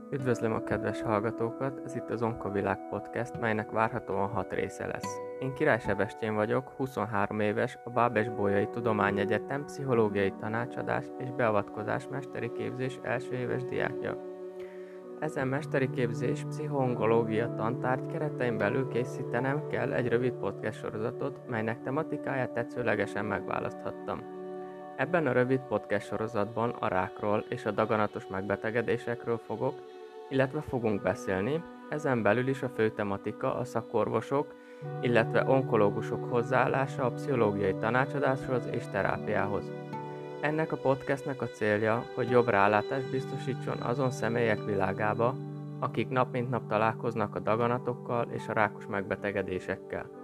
Üdvözlöm a kedves hallgatókat, ez itt az Onkovilág Podcast, melynek várhatóan 6 része lesz. Én Király Sebestyén vagyok, 23 éves, a Bábes-Bolyai Tudományegyetem pszichológiai tanácsadás és beavatkozás mesteri képzés első éves diákja. Ezen mesteri képzés pszichoonkológia tantárgy keretein belül készítenem kell egy rövid podcast sorozatot, melynek tematikáját tetszőlegesen megválaszthattam. Ebben a rövid podcast sorozatban a rákról és a daganatos megbetegedésekről fogunk beszélni, ezen belül is a fő tematika a szakorvosok, illetve onkológusok hozzáállása a pszichológiai tanácsadáshoz és terápiához. Ennek a podcastnek a célja, hogy jobb rálátást biztosítson azon személyek világába, akik nap mint nap találkoznak a daganatokkal és a rákos megbetegedésekkel.